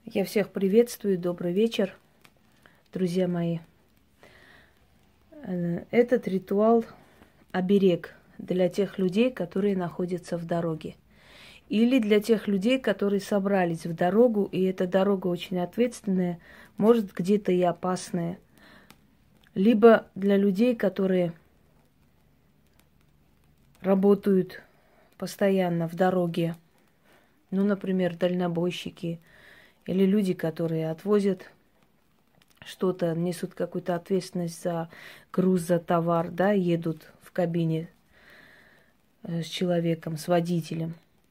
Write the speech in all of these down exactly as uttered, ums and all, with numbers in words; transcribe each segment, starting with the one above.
Я всех приветствую, добрый вечер, друзья мои. Этот ритуал оберег для тех людей, которые находятся в дороге. Или для тех людей, которые собрались в дорогу, и эта дорога очень ответственная, может где-то и опасная. Либо для людей, которые работают постоянно в дороге, ну, например, дальнобойщики, или люди, которые отвозят что-то, несут какую-то ответственность за груз, за товар, да, едут в кабине с человеком, с водителем.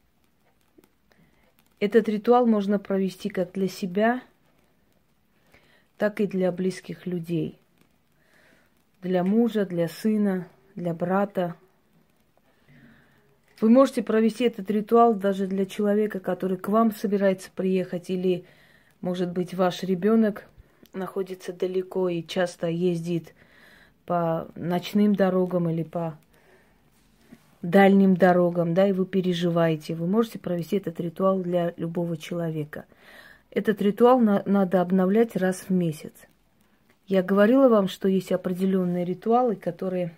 Этот ритуал можно провести как для себя, так и для близких людей. Для мужа, для сына, для брата. Вы можете провести этот ритуал даже для человека, который к вам собирается приехать, или, может быть, ваш ребенок находится далеко и часто ездит по ночным дорогам или по дальним дорогам, да, и вы переживаете. Вы можете провести этот ритуал для любого человека. Этот ритуал на- надо обновлять раз в месяц. Я говорила вам, что есть определенные ритуалы, которые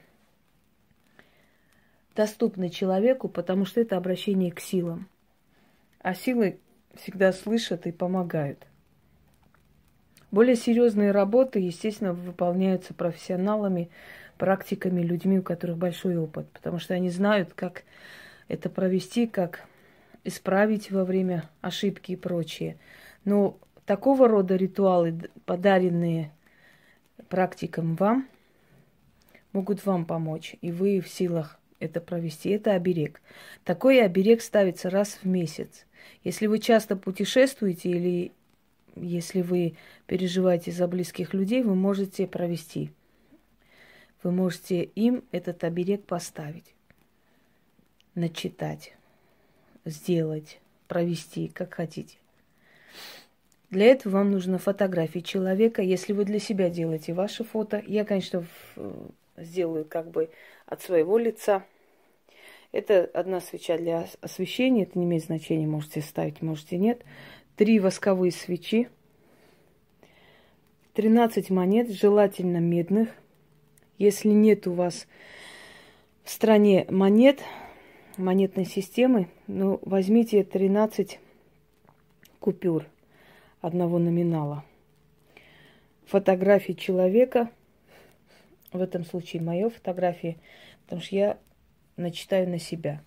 доступны человеку, потому что это обращение к силам. А силы всегда слышат и помогают. Более серьезные работы, естественно, выполняются профессионалами, практиками, людьми, у которых большой опыт, потому что они знают, как это провести, как исправить во время ошибки и прочее. Но такого рода ритуалы, подаренные практикам вам, могут вам помочь, и вы в силах это провести. Это оберег. Такой оберег ставится раз в месяц. Если вы часто путешествуете или если вы переживаете за близких людей, вы можете провести. Вы можете им этот оберег поставить, начитать, сделать, провести, как хотите. Для этого вам нужна фотография человека. Если вы для себя делаете ваши фото, я, конечно, сделаю как бы от своего лица. Это одна свеча для освещения, это не имеет значения, можете ставить, можете нет. Три восковые свечи, тринадцать монет, желательно медных. Если нет у вас в стране монет, монетной системы, ну, возьмите тринадцать купюр одного номинала. Фотографии человека, в этом случае моя фотография, потому что я начитаю на себя.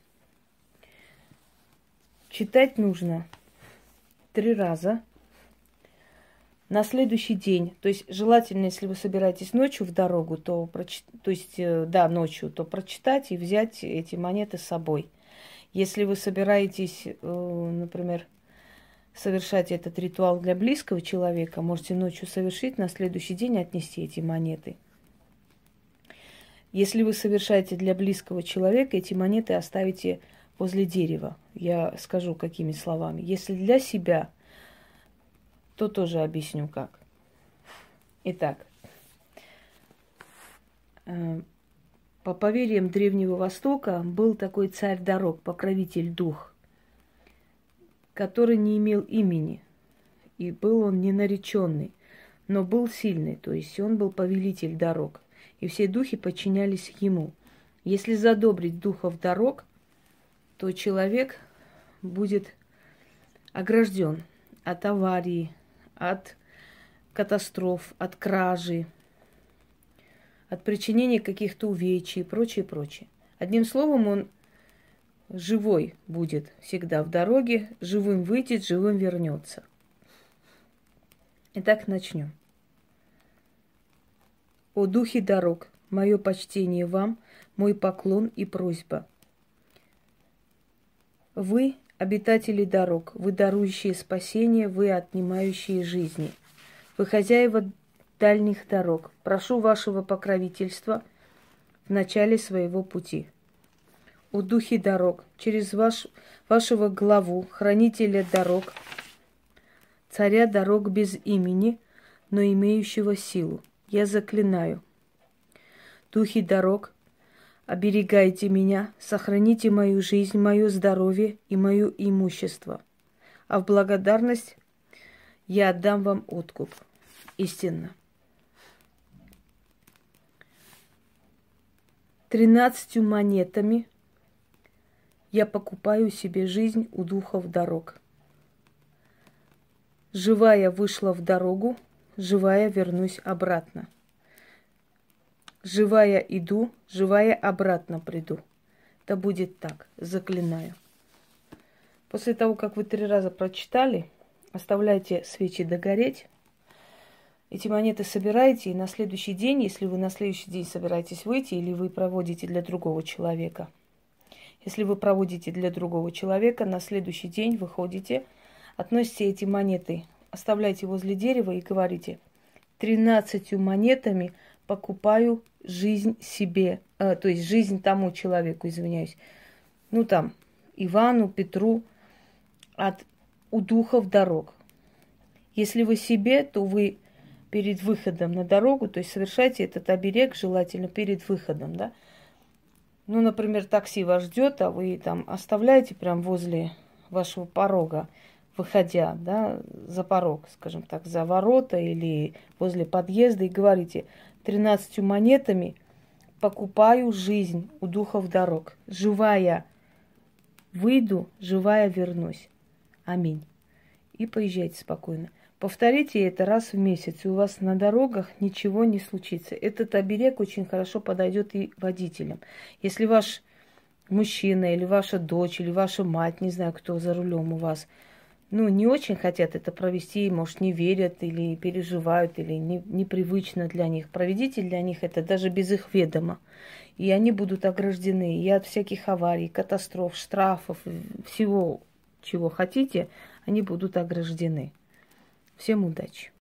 Читать нужно три раза. На следующий день, то есть желательно, если вы собираетесь ночью в дорогу, то, прочит... то есть, да, ночью, то прочитать и взять эти монеты с собой. Если вы собираетесь, например, совершать этот ритуал для близкого человека, можете ночью совершить, на следующий день отнести эти монеты. Если вы совершаете для близкого человека, эти монеты оставите возле дерева. Я скажу, какими словами. Если для себя, то тоже объясню, как. Итак, по поверьям Древнего Востока был такой царь дорог, покровитель дух, который не имел имени, и был он не нареченный, но был сильный, то есть он был повелитель дорог, и все духи подчинялись ему. Если задобрить духов дорог, то человек будет огражден от аварии, от катастроф, от кражи, от причинения каких-то увечий и прочее, прочее. Одним словом, он живой будет всегда в дороге, живым выйдет, живым вернется. Итак, начнем. О духи дорог, мое почтение вам, мой поклон и просьба. Вы, обитатели дорог, вы дарующие спасение, вы отнимающие жизни. Вы хозяева дальних дорог. Прошу вашего покровительства в начале своего пути. О духи дорог, через ваш, вашего главу, хранителя дорог, царя дорог без имени, но имеющего силу, я заклинаю. Духи дорог, оберегайте меня, сохраните мою жизнь, мое здоровье и мое имущество. А в благодарность я отдам вам откуп. Истинно. Тринадцатью монетами я покупаю себе жизнь у духов дорог. Живая вышла в дорогу, живая вернусь обратно. Живая иду, живая обратно приду. Да будет так, заклинаю. После того, как вы три раза прочитали, оставляйте свечи догореть. Эти монеты собираете, и на следующий день, если вы на следующий день собираетесь выйти, или вы проводите для другого человека. Если вы проводите для другого человека, на следующий день выходите, относите эти монеты, оставляйте возле дерева и говорите: тринадцатью монетами покупаю жизнь себе, э, то есть жизнь тому человеку, извиняюсь. Ну там, Ивану, Петру, от у духов дорог. Если вы себе, то вы перед выходом на дорогу, то есть совершайте этот оберег желательно перед выходом, да. Ну, например, такси вас ждет, а вы там оставляете прям возле вашего порога, выходя, да, за порог, скажем так, за ворота или возле подъезда, и говорите: тринадцатью монетами покупаю жизнь у духов дорог. Живая выйду, живая вернусь. Аминь. И поезжайте спокойно. Повторите это раз в месяц, и у вас на дорогах ничего не случится. Этот оберег очень хорошо подойдет и водителям. Если ваш мужчина или ваша дочь, или ваша мать, не знаю, кто за рулем у вас, ну, не очень хотят это провести, может, не верят или переживают, или не, непривычно для них. Проведите для них это даже без их ведома. И они будут ограждены и от всяких аварий, катастроф, штрафов, всего, чего хотите, они будут ограждены. Всем удачи!